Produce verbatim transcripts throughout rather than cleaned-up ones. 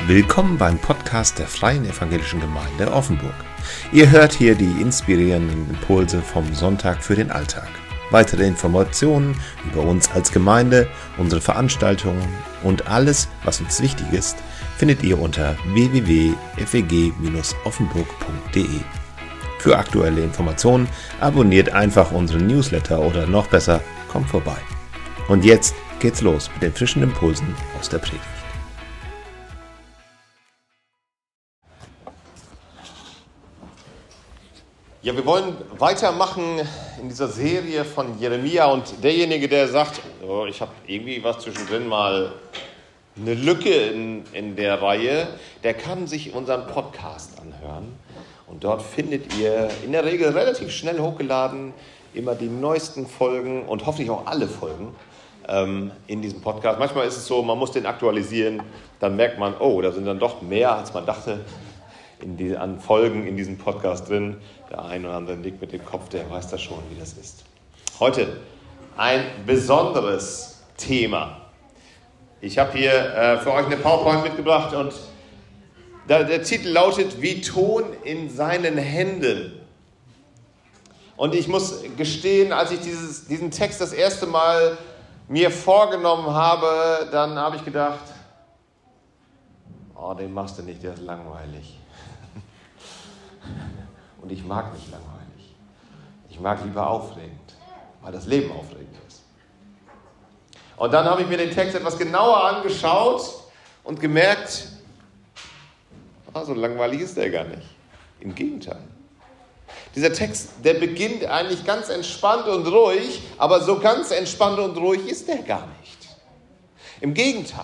Willkommen beim Podcast der Freien Evangelischen Gemeinde Offenburg. Ihr hört hier die inspirierenden Impulse vom Sonntag für den Alltag. Weitere Informationen über uns als Gemeinde, unsere Veranstaltungen und alles, was uns wichtig ist, findet ihr unter w w w punkt f e g dash offenburg punkt d e. Für aktuelle Informationen abonniert einfach unseren Newsletter oder noch besser, kommt vorbei. Und jetzt geht's los mit den frischen Impulsen aus der Predigt. Ja, wir wollen weitermachen in dieser Serie von Jeremia, und derjenige, der sagt, oh, ich habe irgendwie was zwischendrin mal eine Lücke in, in der Reihe, der kann sich unseren Podcast anhören, und dort findet ihr in der Regel relativ schnell hochgeladen immer die neuesten Folgen und hoffentlich auch alle Folgen ähm, in diesem Podcast. Manchmal ist es so, man muss den aktualisieren, dann merkt man, oh, da sind dann doch mehr, als man dachte, in die, an Folgen in diesem Podcast drin. Der ein oder andere nickt mit dem Kopf, der weiß das schon, wie das ist. Heute ein besonderes Thema. Ich habe hier äh, für euch eine PowerPoint mitgebracht, und da, der Titel lautet Wie Ton in seinen Händen. Und ich muss gestehen, als ich dieses, diesen Text das erste Mal mir vorgenommen habe, dann habe ich gedacht, oh, den machst du nicht, der ist langweilig. Und ich mag nicht langweilig. Ich mag lieber aufregend, weil das Leben aufregend ist. Und dann habe ich mir den Text etwas genauer angeschaut und gemerkt, ah, so langweilig ist der gar nicht. Im Gegenteil. Dieser Text, der beginnt eigentlich ganz entspannt und ruhig, aber so ganz entspannt und ruhig ist der gar nicht. Im Gegenteil.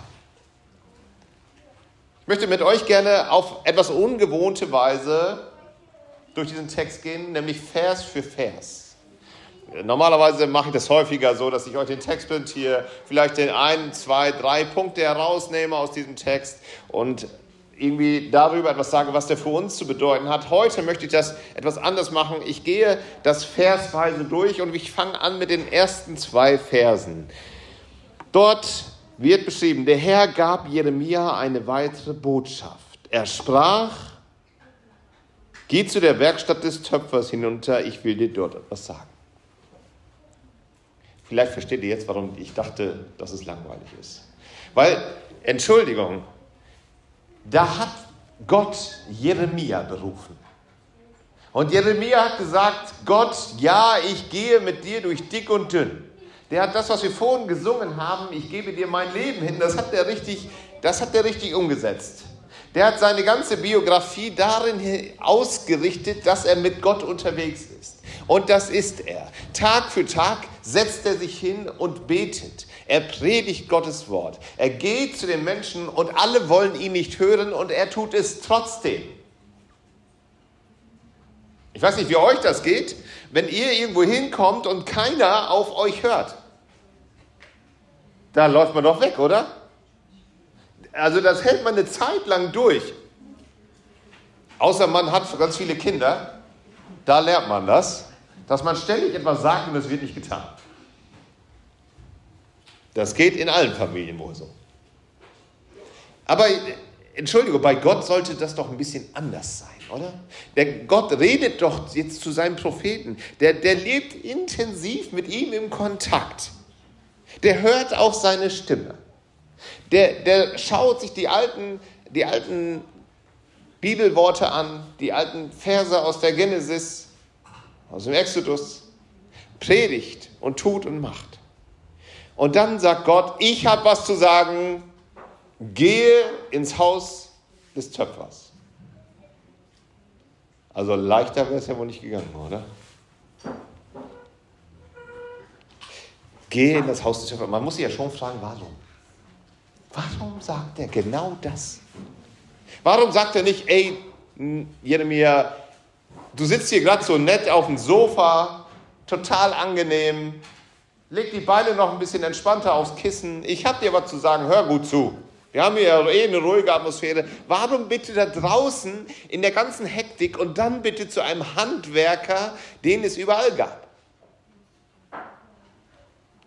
Ich möchte mit euch gerne auf etwas ungewohnte Weise durch diesen Text gehen, nämlich Vers für Vers. Normalerweise mache ich das häufiger so, dass ich euch den Text präsentiere, vielleicht den ein, zwei, drei Punkte herausnehme aus diesem Text und irgendwie darüber etwas sage, was der für uns zu bedeuten hat. Heute möchte ich das etwas anders machen. Ich gehe das versweise durch, und ich fange an mit den ersten zwei Versen. Dort wird beschrieben, der Herr gab Jeremia eine weitere Botschaft. Er sprach, geh zu der Werkstatt des Töpfers hinunter, ich will dir dort etwas sagen. Vielleicht versteht ihr jetzt, warum ich dachte, dass es langweilig ist. Weil, Entschuldigung, da hat Gott Jeremia berufen. Und Jeremia hat gesagt, Gott, ja, ich gehe mit dir durch dick und dünn. Der hat das, was wir vorhin gesungen haben, ich gebe dir mein Leben hin, das hat der richtig, das hat der richtig umgesetzt. Der hat seine ganze Biografie darin ausgerichtet, dass er mit Gott unterwegs ist. Und das ist er. Tag für Tag setzt er sich hin und betet. Er predigt Gottes Wort. Er geht zu den Menschen, und alle wollen ihn nicht hören, und er tut es trotzdem. Ich weiß nicht, wie euch das geht, wenn ihr irgendwo hinkommt und keiner auf euch hört. Da läuft man doch weg, oder? Also das hält man eine Zeit lang durch. Außer man hat ganz viele Kinder, da lernt man das, dass man ständig etwas sagt und es wird nicht getan. Das geht in allen Familien wohl so. Aber, Entschuldigung, bei Gott sollte das doch ein bisschen anders sein, oder? Der Gott redet doch jetzt zu seinem Propheten. Der, der lebt intensiv mit ihm im Kontakt. Der hört auf seine Stimme. Der, der schaut sich die alten, die alten Bibelworte an, die alten Verse aus der Genesis, aus dem Exodus, predigt und tut und macht. Und dann sagt Gott, ich habe was zu sagen, gehe ins Haus des Töpfers. Also leichter wäre es ja wohl nicht gegangen, oder? Gehe in das Haus des Töpfers. Man muss sich ja schon fragen, warum? Warum sagt er genau das? Warum sagt er nicht, ey, Jeremia, du sitzt hier gerade so nett auf dem Sofa, total angenehm, leg die Beine noch ein bisschen entspannter aufs Kissen, ich habe dir was zu sagen, hör gut zu. Wir haben hier eh eine ruhige Atmosphäre. Warum bitte da draußen in der ganzen Hektik und dann bitte zu einem Handwerker, den es überall gab?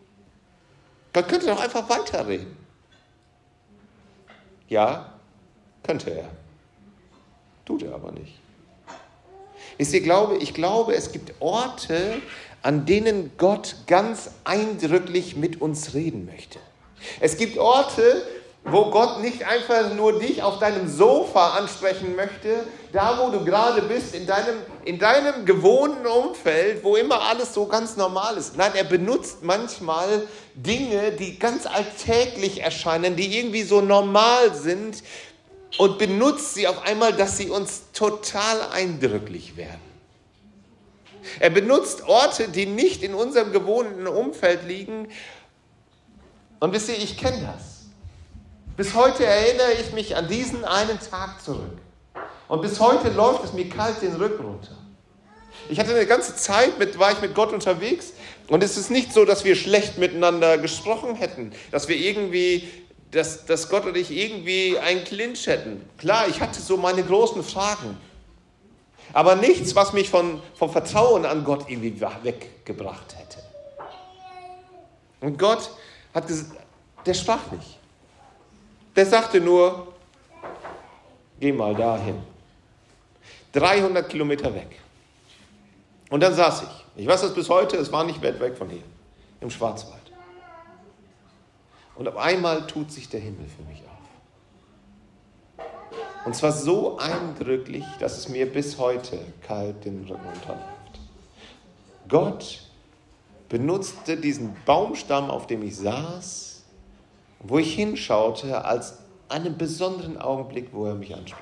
Gott könnte doch einfach weiterreden. Ja, Könnte er. Tut er aber nicht. Ich glaube, ich glaube, es gibt Orte, an denen Gott ganz eindrücklich mit uns reden möchte. Es gibt Orte, wo Gott nicht einfach nur dich auf deinem Sofa ansprechen möchte, da wo du gerade bist, in deinem, in deinem gewohnten Umfeld, wo immer alles so ganz normal ist. Nein, er benutzt manchmal Dinge, die ganz alltäglich erscheinen, die irgendwie so normal sind und benutzt sie auf einmal, dass sie uns total eindrücklich werden. Er benutzt Orte, die nicht in unserem gewohnten Umfeld liegen. Und wisst ihr, ich kenne das. Bis heute erinnere ich mich an diesen einen Tag zurück. Und bis heute läuft es mir kalt den Rücken runter. Ich hatte eine ganze Zeit, mit, war ich mit Gott unterwegs. Und es ist nicht so, dass wir schlecht miteinander gesprochen hätten. Dass wir irgendwie, dass, dass Gott und ich irgendwie einen Clinch hätten. Klar, ich hatte so meine großen Fragen. Aber nichts, was mich von, vom Vertrauen an Gott irgendwie weggebracht hätte. Und Gott hat gesagt, der sprach nicht. Der sagte nur, geh mal dahin. dreihundert Kilometer weg. Und dann saß ich. Ich weiß das bis heute, es war nicht weit weg von hier, im Schwarzwald. Und auf einmal tut sich der Himmel für mich auf. Und zwar so eindrücklich, dass es mir bis heute kalt den Rücken runterläuft. Gott benutzte diesen Baumstamm, auf dem ich saß, wo ich hinschaute, als einen besonderen Augenblick, wo er mich ansprach.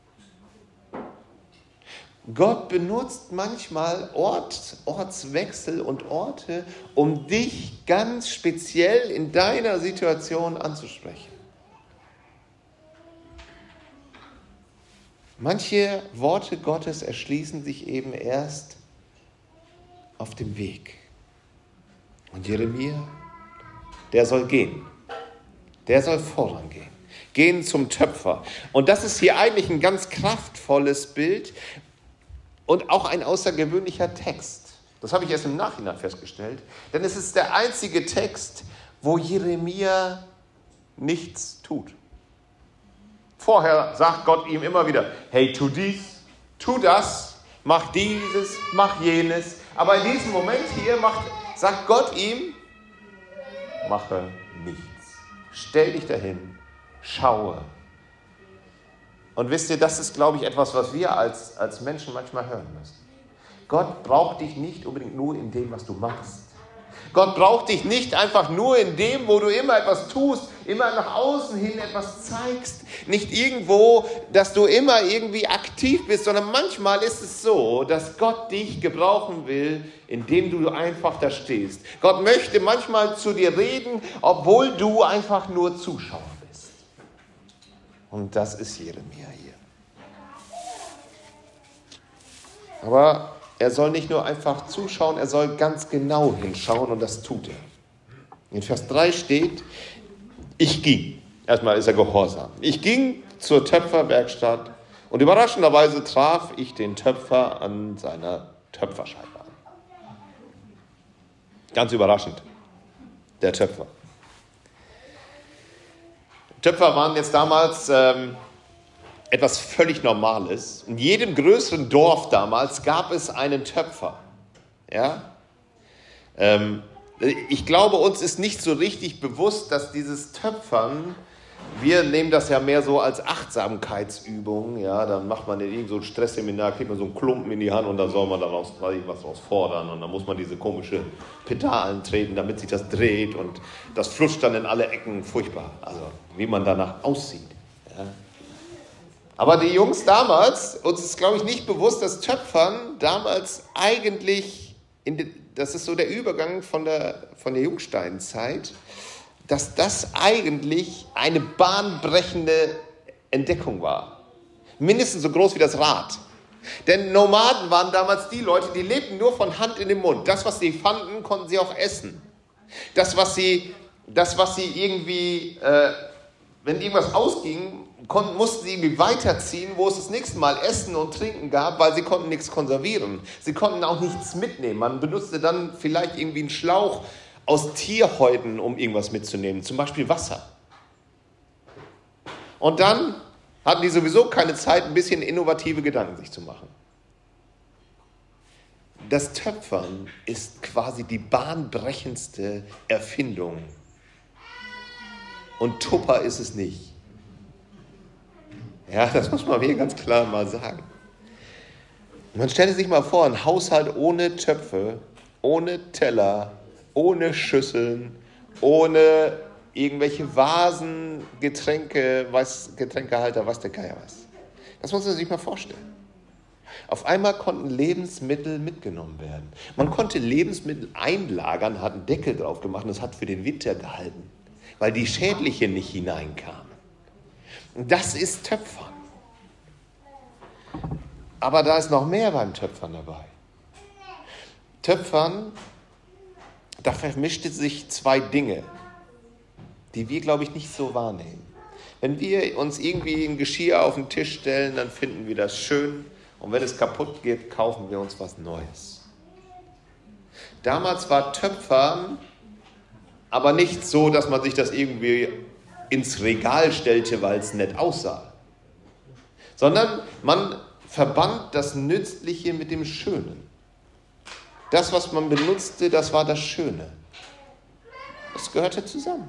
Gott benutzt manchmal Ort, Ortswechsel und Orte, um dich ganz speziell in deiner Situation anzusprechen. Manche Worte Gottes erschließen sich eben erst auf dem Weg. Und Jeremia, der soll gehen. Der soll vorangehen. Gehen zum Töpfer. Und das ist hier eigentlich ein ganz kraftvolles Bild und auch ein außergewöhnlicher Text. Das habe ich erst im Nachhinein festgestellt. Denn es ist der einzige Text, wo Jeremia nichts tut. Vorher sagt Gott ihm immer wieder, hey, tu dies, tu das, mach dieses, mach jenes. Aber in diesem Moment hier macht, sagt Gott ihm, mache nichts. Stell dich dahin, schaue. Und wisst ihr, das ist, glaube ich, etwas, was wir als, als Menschen manchmal hören müssen. Gott braucht dich nicht unbedingt nur in dem, was du machst. Gott braucht dich nicht einfach nur in dem, wo du immer etwas tust, immer nach außen hin etwas zeigst. Nicht irgendwo, dass du immer irgendwie aktiv bist, sondern manchmal ist es so, dass Gott dich gebrauchen will, indem du einfach da stehst. Gott möchte manchmal zu dir reden, obwohl du einfach nur Zuschauer bist. Und das ist Jeremia hier. Aber er soll nicht nur einfach zuschauen, er soll ganz genau hinschauen und das tut er. In Vers drei steht, ich ging. Erstmal ist er gehorsam. Ich ging zur Töpferwerkstatt und überraschenderweise traf ich den Töpfer an seiner Töpferscheibe an. Ganz überraschend, der Töpfer. Töpfer waren jetzt damals ähm, etwas völlig Normales. In jedem größeren Dorf damals gab es einen Töpfer. Ja? Ähm, ich glaube, uns ist nicht so richtig bewusst, dass dieses Töpfern, wir nehmen das ja mehr so als Achtsamkeitsübung. Ja? Dann macht man in irgend so ein Stressseminar, kriegt man so einen Klumpen in die Hand und dann soll man daraus was draus fordern. Und dann muss man diese komische Pedalen treten, damit sich das dreht. Und das flutscht dann in alle Ecken. Furchtbar. Also, wie man danach aussieht. Ja? Aber die Jungs damals, uns ist, glaube ich, nicht bewusst, dass Töpfern damals eigentlich, in de, das ist so der Übergang von der, von der Jungsteinzeit, dass das eigentlich eine bahnbrechende Entdeckung war. Mindestens so groß wie das Rad. Denn Nomaden waren damals die Leute, die lebten nur von Hand in den Mund. Das, was sie fanden, konnten sie auch essen. Das, was sie, das, was sie irgendwie, äh, wenn irgendwas ausging, konnten, mussten sie irgendwie weiterziehen, wo es das nächste Mal Essen und Trinken gab, weil sie konnten nichts konservieren. Sie konnten auch nichts mitnehmen. Man benutzte dann vielleicht irgendwie einen Schlauch aus Tierhäuten, um irgendwas mitzunehmen, zum Beispiel Wasser. Und dann hatten die sowieso keine Zeit, ein bisschen innovative Gedanken sich zu machen. Das Töpfern ist quasi die bahnbrechendste Erfindung. Und Tupper ist es nicht. Ja, das muss man mir ganz klar mal sagen. Man stellt sich mal vor, ein Haushalt ohne Töpfe, ohne Teller, ohne Schüsseln, ohne irgendwelche Vasen, Getränke, weiß, Getränkehalter, was der Geier was. Das muss man sich mal vorstellen. Auf einmal konnten Lebensmittel mitgenommen werden. Man konnte Lebensmittel einlagern, hat einen Deckel drauf gemacht und es hat für den Winter gehalten, weil die Schädlinge nicht hineinkamen. Das ist Töpfern. Aber da ist noch mehr beim Töpfern dabei. Töpfern, da vermischten sich zwei Dinge, die wir, glaube ich, nicht so wahrnehmen. Wenn wir uns irgendwie ein Geschirr auf den Tisch stellen, dann finden wir das schön. Und wenn es kaputt geht, kaufen wir uns was Neues. Damals war Töpfern aber nicht so, dass man sich das irgendwie ins Regal stellte, weil es nett aussah. Sondern man verband das Nützliche mit dem Schönen. Das, was man benutzte, das war das Schöne. Das gehörte zusammen.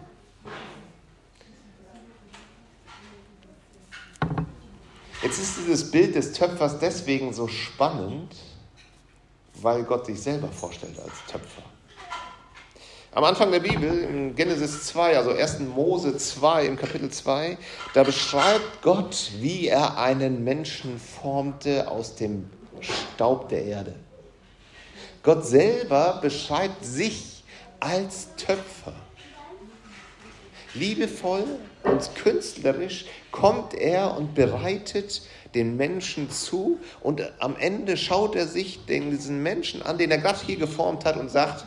Jetzt ist dieses Bild des Töpfers deswegen so spannend, weil Gott sich selber vorstellt als Töpfer. Am Anfang der Bibel, in Genesis zwei, also ersten Mose zwei, im Kapitel zwei, da beschreibt Gott, wie er einen Menschen formte aus dem Staub der Erde. Gott selber beschreibt sich als Töpfer. Liebevoll und künstlerisch kommt er und bereitet den Menschen zu und am Ende schaut er sich den, diesen Menschen an, den er gerade hier geformt hat und sagt,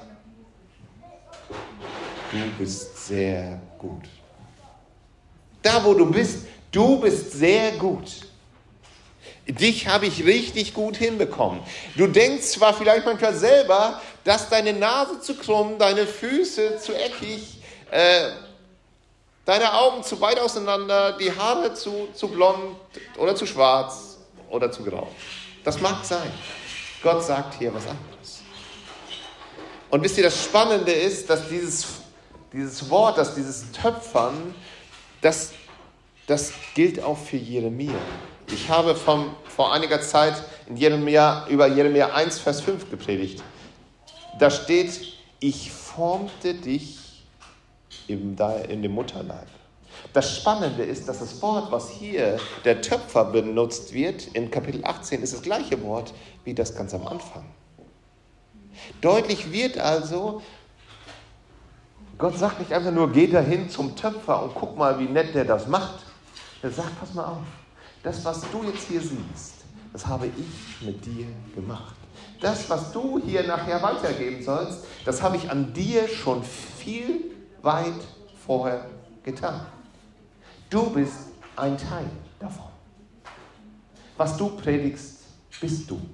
du bist sehr gut. Da, wo du bist, du bist sehr gut. Dich habe ich richtig gut hinbekommen. Du denkst zwar vielleicht manchmal selber, dass deine Nase zu krumm, deine Füße zu eckig, äh, deine Augen zu weit auseinander, die Haare zu, zu blond oder zu schwarz oder zu grau. Das mag sein. Gott sagt hier was anderes. Und wisst ihr, das Spannende ist, dass dieses, dieses Wort, dass dieses Töpfern, das, das gilt auch für Jeremia. Ich habe vom, vor einiger Zeit in Jeremia, über Jeremia eins, Vers fünf gepredigt. Da steht, ich formte dich in dem Mutterleib. Das Spannende ist, dass das Wort, was hier der Töpfer benutzt wird, in Kapitel achtzehn, ist das gleiche Wort wie das ganz am Anfang. Deutlich wird also, Gott sagt nicht einfach nur, geh dahin zum Töpfer und guck mal, wie nett der das macht. Er sagt, pass mal auf, das, was du jetzt hier siehst, das habe ich mit dir gemacht. Das, was du hier nachher weitergeben sollst, das habe ich an dir schon viel weit vorher getan. Du bist ein Teil davon. Was du predigst, bist du.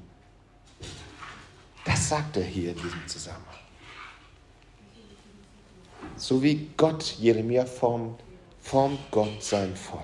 Das sagt er hier in diesem Zusammenhang. So wie Gott Jeremia formt, formt Gott sein Volk.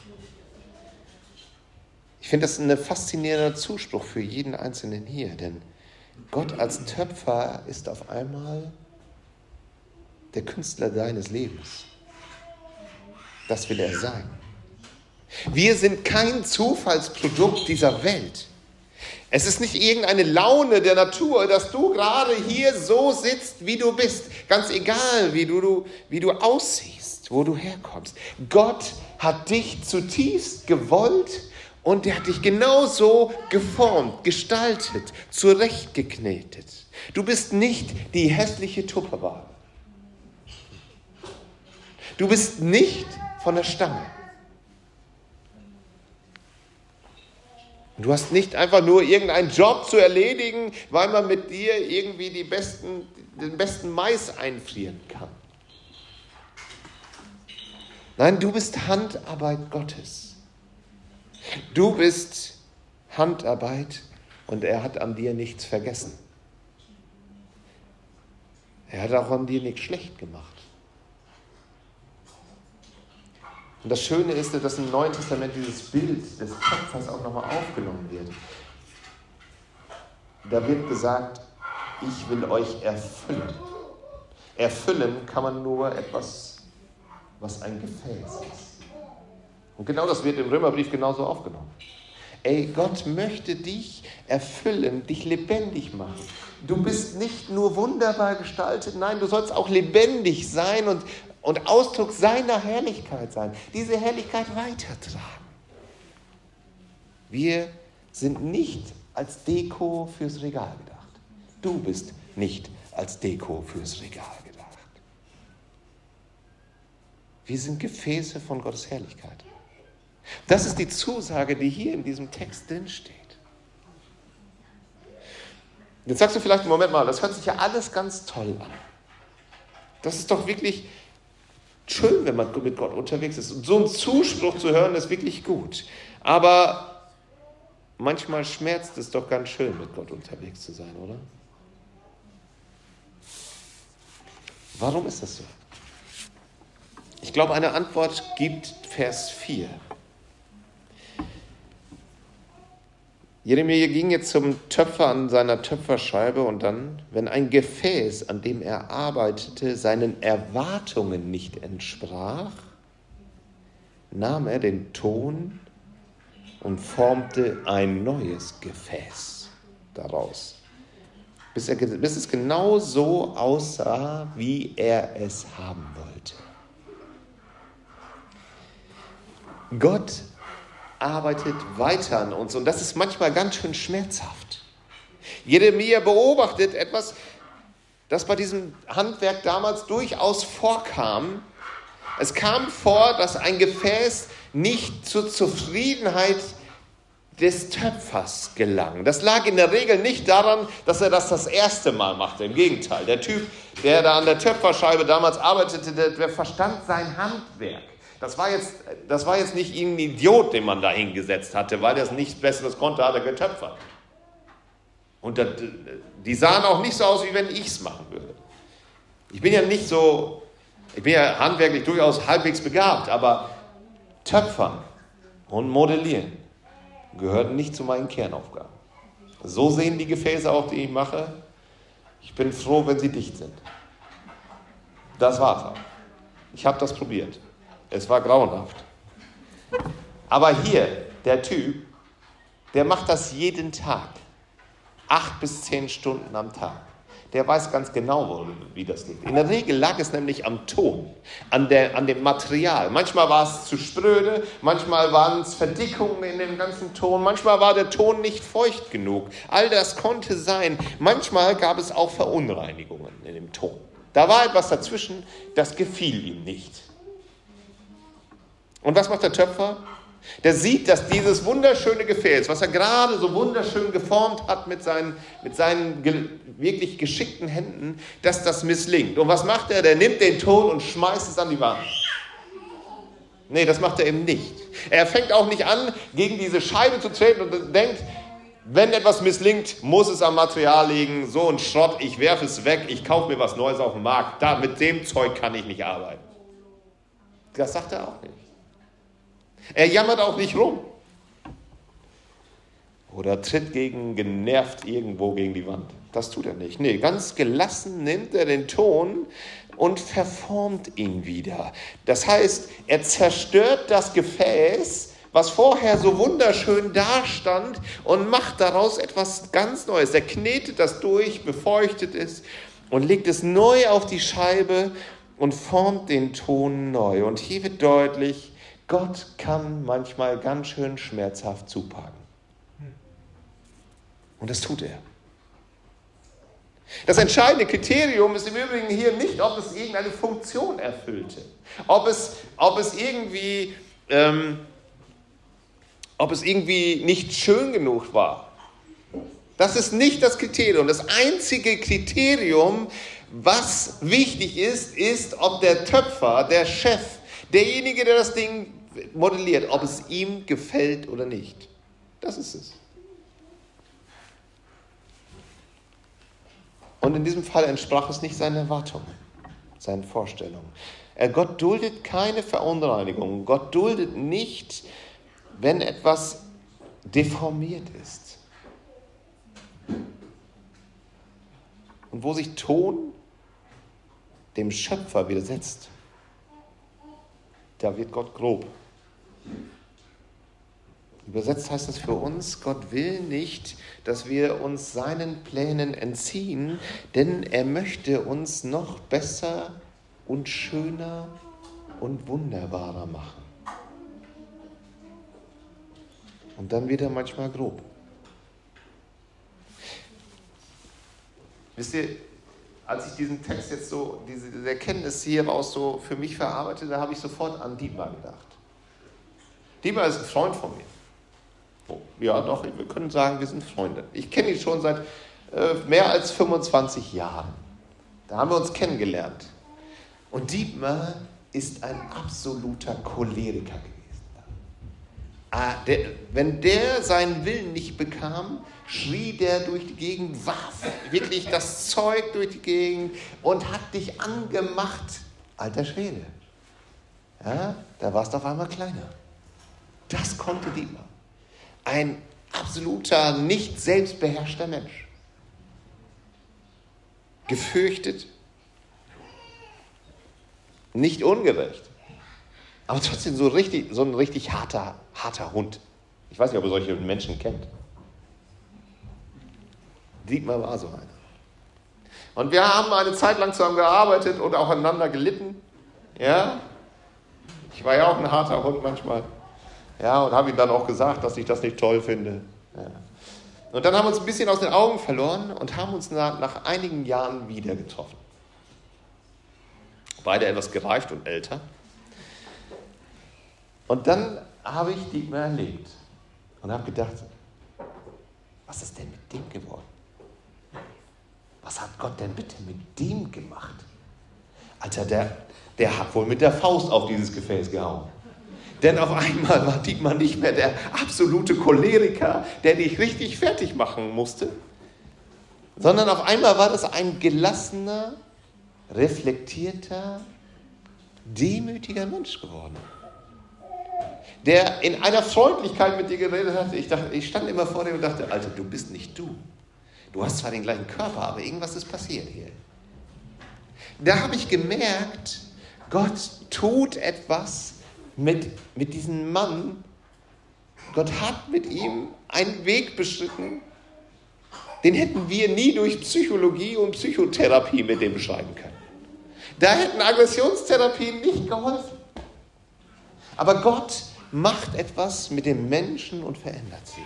Ich finde das ein faszinierender Zuspruch für jeden Einzelnen hier, denn Gott als Töpfer ist auf einmal der Künstler deines Lebens. Das will er sein. Wir sind kein Zufallsprodukt dieser Welt. Es ist nicht irgendeine Laune der Natur, dass du gerade hier so sitzt, wie du bist. Ganz egal, wie du, wie du aussiehst, wo du herkommst. Gott hat dich zutiefst gewollt und er hat dich genauso geformt, gestaltet, zurechtgeknetet. Du bist nicht die hässliche Tupperware. Du bist nicht von der Stange. Du hast nicht einfach nur irgendeinen Job zu erledigen, weil man mit dir irgendwie die besten, den besten Mais einfrieren kann. Nein, du bist Handarbeit Gottes. Du bist Handarbeit und er hat an dir nichts vergessen. Er hat auch an dir nichts schlecht gemacht. Und das Schöne ist, dass im Neuen Testament dieses Bild des Töpfers auch nochmal aufgenommen wird. Da wird gesagt, ich will euch erfüllen. Erfüllen kann man nur etwas, was ein Gefäß ist. Und genau das wird im Römerbrief genauso aufgenommen. Ey, Gott möchte dich erfüllen, dich lebendig machen. Du bist nicht nur wunderbar gestaltet, nein, du sollst auch lebendig sein und, und Ausdruck seiner Herrlichkeit sein. Diese Herrlichkeit weitertragen. Wir sind nicht als Deko fürs Regal gedacht. Du bist nicht als Deko fürs Regal gedacht. Wir sind Gefäße von Gottes Herrlichkeit. Das ist die Zusage, die hier in diesem Text drinsteht. Jetzt sagst du vielleicht, Moment mal, das hört sich ja alles ganz toll an. Das ist doch wirklich schön, wenn man mit Gott unterwegs ist. Und so einen Zuspruch zu hören, ist wirklich gut. Aber manchmal schmerzt es doch ganz schön, mit Gott unterwegs zu sein, oder? Warum ist das so? Ich glaube, eine Antwort gibt Vers vier. Jeremia ging jetzt zum Töpfer an seiner Töpferscheibe und dann, wenn ein Gefäß, an dem er arbeitete, seinen Erwartungen nicht entsprach, nahm er den Ton und formte ein neues Gefäß daraus, bis, er, bis es genau so aussah, wie er es haben wollte. Gott arbeitet weiter an uns und das ist manchmal ganz schön schmerzhaft. Jeremia beobachtet etwas, das bei diesem Handwerk damals durchaus vorkam. Es kam vor, dass ein Gefäß nicht zur Zufriedenheit des Töpfers gelang. Das lag in der Regel nicht daran, dass er das das erste Mal machte. Im Gegenteil, der Typ, der da an der Töpferscheibe damals arbeitete, der, der verstand sein Handwerk. Das war jetzt, das war jetzt nicht irgendein Idiot, den man da hingesetzt hatte, weil er es nichts Besseres konnte, hat er getöpfert. Und das, die sahen auch nicht so aus, wie wenn ich es machen würde. Ich bin ja nicht so, ich bin ja handwerklich durchaus halbwegs begabt, aber Töpfern und Modellieren gehörten nicht zu meinen Kernaufgaben. So sehen die Gefäße auch, die ich mache. Ich bin froh, wenn sie dicht sind. Das war's auch. Ich habe das probiert. Es war grauenhaft. Aber hier, der Typ, der macht das jeden Tag. Acht bis zehn Stunden am Tag. Der weiß ganz genau, wie das liegt. In der Regel lag es nämlich am Ton, an, der, an dem Material. Manchmal war es zu spröde, manchmal waren es Verdickungen in dem ganzen Ton, manchmal war der Ton nicht feucht genug. All das konnte sein. Manchmal gab es auch Verunreinigungen in dem Ton. Da war etwas dazwischen, das gefiel ihm nicht. Und was macht der Töpfer? Der sieht, dass dieses wunderschöne Gefäß, was er gerade so wunderschön geformt hat mit seinen, mit seinen ge- wirklich geschickten Händen, dass das misslingt. Und was macht er? Der nimmt den Ton und schmeißt es an die Wand. Nee, das macht er eben nicht. Er fängt auch nicht an, gegen diese Scheibe zu treten und denkt, wenn etwas misslingt, muss es am Material liegen. So ein Schrott, ich werfe es weg, ich kaufe mir was Neues auf dem Markt. Da, mit dem Zeug kann ich nicht arbeiten. Das sagt er auch nicht. Er jammert auch nicht rum. Oder tritt gegen, genervt irgendwo gegen die Wand. Das tut er nicht. Nee, ganz gelassen nimmt er den Ton und verformt ihn wieder. Das heißt, er zerstört das Gefäß, was vorher so wunderschön dastand, und macht daraus etwas ganz Neues. Er knetet das durch, befeuchtet es und legt es neu auf die Scheibe und formt den Ton neu. Und hier wird deutlich, Gott kann manchmal ganz schön schmerzhaft zupacken. Und das tut er. Das entscheidende Kriterium ist im Übrigen hier nicht, ob es irgendeine Funktion erfüllte. Ob es, ob es, irgendwie, ähm, ob es irgendwie nicht schön genug war. Das ist nicht das Kriterium. Das einzige Kriterium, was wichtig ist, ist, ob der Töpfer, der Chef, derjenige, der das Ding modelliert, ob es ihm gefällt oder nicht. Das ist es. Und in diesem Fall entsprach es nicht seinen Erwartungen, seinen Vorstellungen. Gott duldet keine Verunreinigung. Gott duldet nicht, wenn etwas deformiert ist. Und wo sich Ton dem Schöpfer widersetzt, da wird Gott grob. Übersetzt heißt das für uns, Gott will nicht, dass wir uns seinen Plänen entziehen, denn er möchte uns noch besser und schöner und wunderbarer machen. Und dann wird er manchmal grob. Wisst ihr, als ich diesen Text jetzt so, diese, diese Erkenntnis hier raus so für mich verarbeite, da habe ich sofort an Dietmar gedacht. Dietmar ist ein Freund von mir. Oh, ja, doch, wir können sagen, wir sind Freunde. Ich kenne ihn schon seit äh, mehr als fünfundzwanzig Jahren. Da haben wir uns kennengelernt. Und Dietmar ist ein absoluter Choleriker gewesen. Ah, der, wenn der seinen Willen nicht bekam, schrie der durch die Gegend, warf wirklich das Zeug durch die Gegend und hat dich angemacht. Alter Schwede. Ja, da warst du auf einmal kleiner. Das konnte Dietmar. Ein absoluter, nicht selbstbeherrschter Mensch. Gefürchtet. Nicht ungerecht. Aber trotzdem so, richtig, so ein richtig harter, harter Hund. Ich weiß nicht, ob ihr solche Menschen kennt. Dietmar war so einer. Und wir haben eine Zeit lang zusammen gearbeitet und auch aneinander gelitten. Ja? Ich war ja auch ein harter Hund manchmal. Ja, und habe ihm dann auch gesagt, dass ich das nicht toll finde. Ja. Und dann haben wir uns ein bisschen aus den Augen verloren und haben uns nach, nach einigen Jahren wieder getroffen. Beide etwas gereift und älter. Und dann habe ich Dietmar erlebt und habe gedacht, was ist denn mit dem geworden? Was hat Gott denn bitte mit dem gemacht? Alter, der, der hat wohl mit der Faust auf dieses Gefäß gehauen. Denn auf einmal war Dietmar nicht mehr der absolute Choleriker, der dich richtig fertig machen musste, sondern auf einmal war das ein gelassener, reflektierter, demütiger Mensch geworden, der in einer Freundlichkeit mit dir geredet hat. Ich, dachte, ich stand immer vor dir und dachte, Alter, du bist nicht du. Du hast zwar den gleichen Körper, aber irgendwas ist passiert hier. Da habe ich gemerkt, Gott tut etwas mit, mit diesem Mann. Gott hat mit ihm einen Weg beschritten, den hätten wir nie durch Psychologie und Psychotherapie mit dem beschreiben können. Da hätten Aggressionstherapien nicht geholfen. Aber Gott macht etwas mit dem Menschen und verändert sie.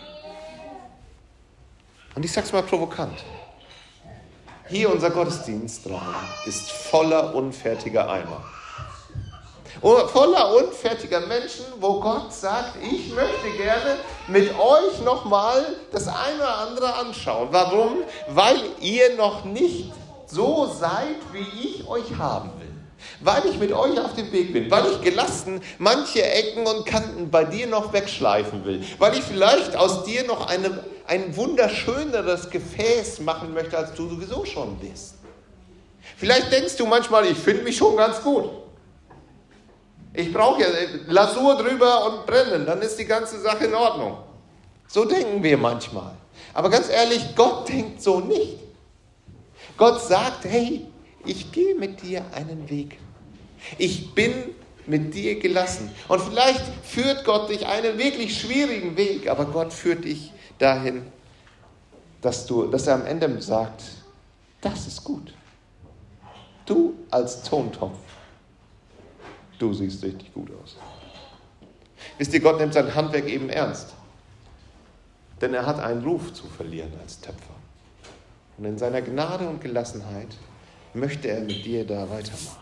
Und ich sag's mal provokant. Hier unser Gottesdienstraum ist voller unfertiger Eimer. Voller unfertiger Menschen, wo Gott sagt, ich möchte gerne mit euch nochmal das eine oder andere anschauen. Warum? Weil ihr noch nicht so seid, wie ich euch haben will. Weil ich mit euch auf dem Weg bin. Weil ich gelassen manche Ecken und Kanten bei dir noch wegschleifen will. Weil ich vielleicht aus dir noch eine, ein wunderschöneres Gefäß machen möchte, als du sowieso schon bist. Vielleicht denkst du manchmal, ich finde mich schon ganz gut. Ich brauche ja Lasur drüber und brennen, dann ist die ganze Sache in Ordnung. So denken wir manchmal. Aber ganz ehrlich, Gott denkt so nicht. Gott sagt, hey, ich gehe mit dir einen Weg. Ich bin mit dir gelassen. Und vielleicht führt Gott dich einen wirklich schwierigen Weg, aber Gott führt dich dahin, dass, du, dass er am Ende sagt, das ist gut. Du als Tontopf, du siehst richtig gut aus. Wisst ihr, Gott nimmt sein Handwerk eben ernst. Denn er hat einen Ruf zu verlieren als Töpfer. Und in seiner Gnade und Gelassenheit möchte er mit dir da weitermachen.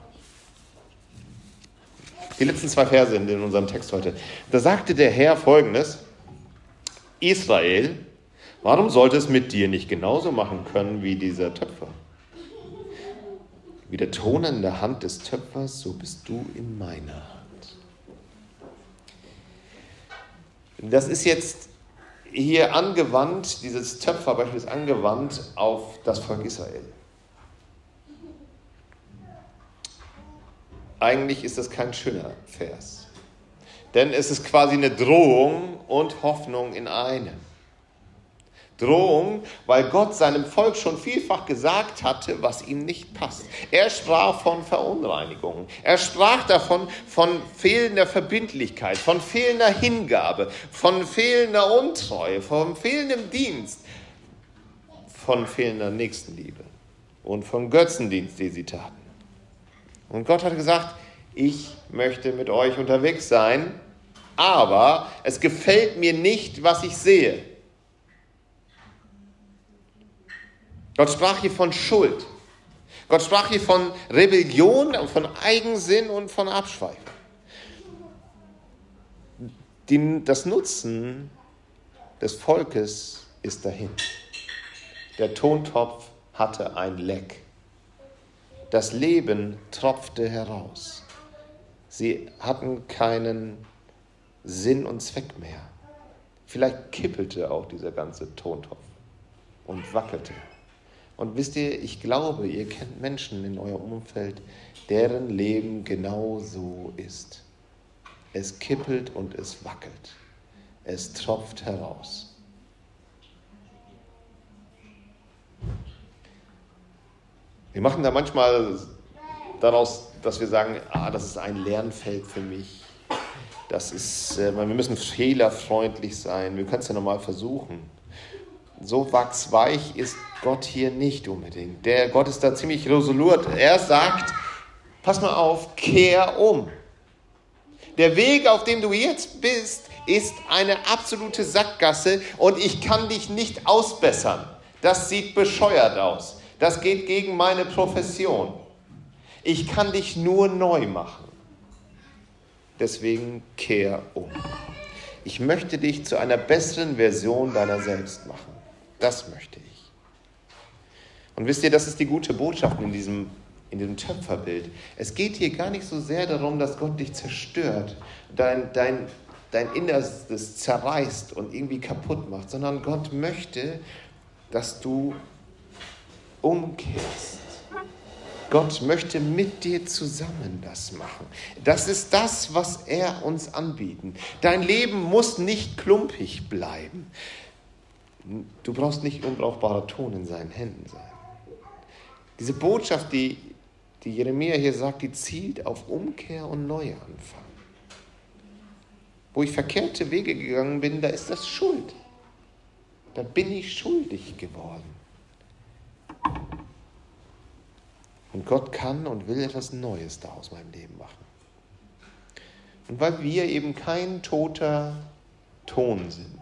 Die letzten zwei Verse in unserem Text heute. Da sagte der Herr Folgendes: Israel, warum sollte es mit dir nicht genauso machen können wie dieser Töpfer? Wie der Ton in der Hand des Töpfers, so bist du in meiner Hand. Das ist jetzt hier angewandt, dieses Töpferbeispiel ist angewandt auf das Volk Israel. eigentlich ist das kein schöner Vers. Denn es ist quasi eine Drohung und Hoffnung in einem. Drohung, weil Gott seinem Volk schon vielfach gesagt hatte, was ihm nicht passt. Er sprach von Verunreinigungen. Er sprach davon, von fehlender Verbindlichkeit, von fehlender Hingabe, von fehlender Untreue, von fehlendem Dienst, von fehlender Nächstenliebe und von Götzendienst, die sie taten. Und Gott hat gesagt, ich möchte mit euch unterwegs sein, aber es gefällt mir nicht, was ich sehe. Gott sprach hier von Schuld. Gott sprach hier von Rebellion, von Eigensinn und von Abschweifung. Die, das Nutzen des Volkes ist dahin. Der Tontopf hatte ein Leck. Das Leben tropfte heraus. Sie hatten keinen Sinn und Zweck mehr. Vielleicht kippelte auch dieser ganze Tontopf und wackelte. Und wisst ihr, ich glaube, ihr kennt Menschen in eurem Umfeld, deren Leben genau so ist. Es kippelt und es wackelt. Es tropft heraus. Wir machen da manchmal daraus, dass wir sagen, ah, das ist ein Lernfeld für mich. Das ist, wir müssen fehlerfreundlich sein. Wir können es ja nochmal versuchen. So wachsweich ist Gott hier nicht unbedingt. Der Gott ist da ziemlich resolut. Er sagt, pass mal auf, kehr um. Der Weg, auf dem du jetzt bist, ist eine absolute Sackgasse und ich kann dich nicht ausbessern. Das sieht bescheuert aus. Das geht gegen meine Profession. Ich kann dich nur neu machen. Deswegen kehr um. Ich möchte dich zu einer besseren Version deiner selbst machen. Das möchte ich. Und wisst ihr, das ist die gute Botschaft in diesem, in diesem Töpferbild. Es geht hier gar nicht so sehr darum, dass Gott dich zerstört, dein, dein, dein Innerstes zerreißt und irgendwie kaputt macht, sondern Gott möchte, dass du umkehrst. Gott möchte mit dir zusammen das machen. Das ist das, was er uns anbietet. Dein Leben muss nicht klumpig bleiben. Du brauchst nicht unbrauchbarer Ton in seinen Händen sein. Diese Botschaft, die, die Jeremia hier sagt, die zielt auf Umkehr und Neuanfang. Wo ich verkehrte Wege gegangen bin, da ist das Schuld. Da bin ich schuldig geworden. Und Gott kann und will etwas Neues da aus meinem Leben machen. Und weil wir eben kein toter Ton sind,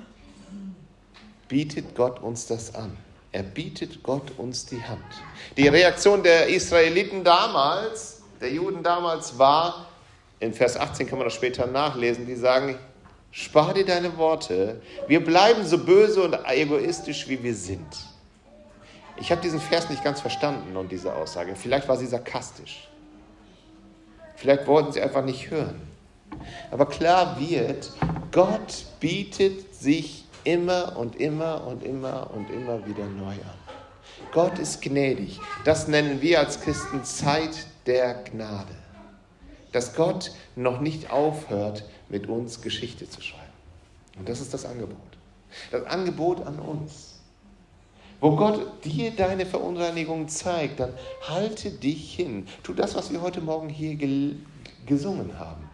bietet Gott uns das an. Er bietet Gott uns die Hand. Die Reaktion der Israeliten damals, der Juden damals war, in Vers achtzehn kann man das später nachlesen, die sagen, spar dir deine Worte, wir bleiben so böse und egoistisch, wie wir sind. Ich habe diesen Vers nicht ganz verstanden und diese Aussage. Vielleicht war sie sarkastisch. Vielleicht wollten sie einfach nicht hören. Aber klar wird, Gott bietet sich immer und immer und immer und immer wieder neu an. Gott ist gnädig. Das nennen wir als Christen Zeit der Gnade. Dass Gott noch nicht aufhört, mit uns Geschichte zu schreiben. Und das ist das Angebot. Das Angebot an uns. Wo Gott dir deine Verunreinigung zeigt, dann halte dich hin. Tu das, was wir heute Morgen hier gel- gesungen haben.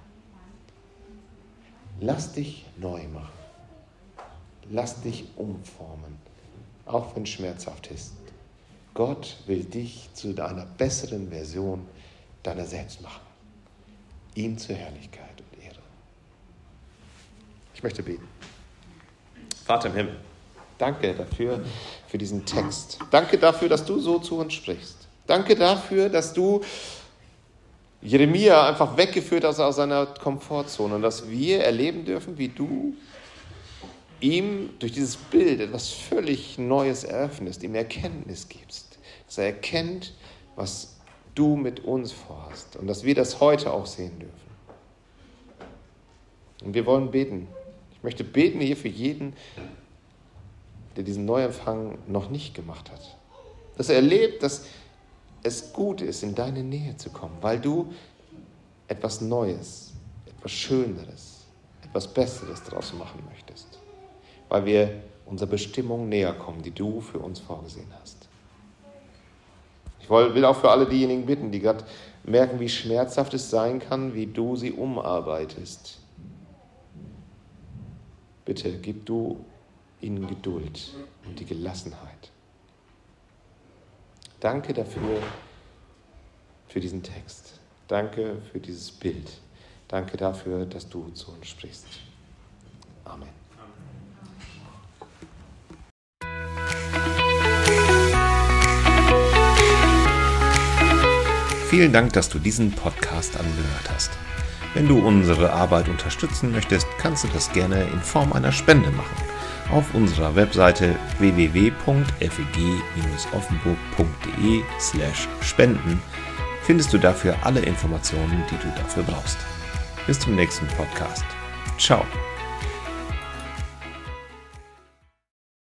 Lass dich neu machen. Lass dich umformen, auch wenn es schmerzhaft ist. Gott will dich zu einer besseren Version deiner selbst machen. Ihm zur Herrlichkeit und Ehre. Ich möchte beten. Vater im Himmel, danke dafür, für diesen Text. Danke dafür, dass du so zu uns sprichst. Danke dafür, dass du Jeremia einfach weggeführt hast aus seiner Komfortzone und dass wir erleben dürfen, wie du ihm durch dieses Bild etwas völlig Neues eröffnest, ihm Erkenntnis gibst. Dass er erkennt, was du mit uns vorhast und dass wir das heute auch sehen dürfen. Und wir wollen beten. Ich möchte beten hier für jeden, der diesen Neuempfang noch nicht gemacht hat. Dass er erlebt, dass es gut ist, in deine Nähe zu kommen, weil du etwas Neues, etwas Schöneres, etwas Besseres daraus machen möchtest, weil wir unserer Bestimmung näher kommen, die du für uns vorgesehen hast. Ich will auch für alle diejenigen bitten, die gerade merken, wie schmerzhaft es sein kann, wie du sie umarbeitest. Bitte gib du ihnen Geduld und die Gelassenheit. Danke dafür, für diesen Text. Danke für dieses Bild. Danke dafür, dass du zu uns sprichst. Amen. Vielen Dank, dass du diesen Podcast angehört hast. Wenn du unsere Arbeit unterstützen möchtest, kannst du das gerne in Form einer Spende machen. Auf unserer Webseite w w w punkt f e g bindestrich offenburg punkt d e slash spenden findest du dafür alle Informationen, die du dafür brauchst. Bis zum nächsten Podcast. Ciao.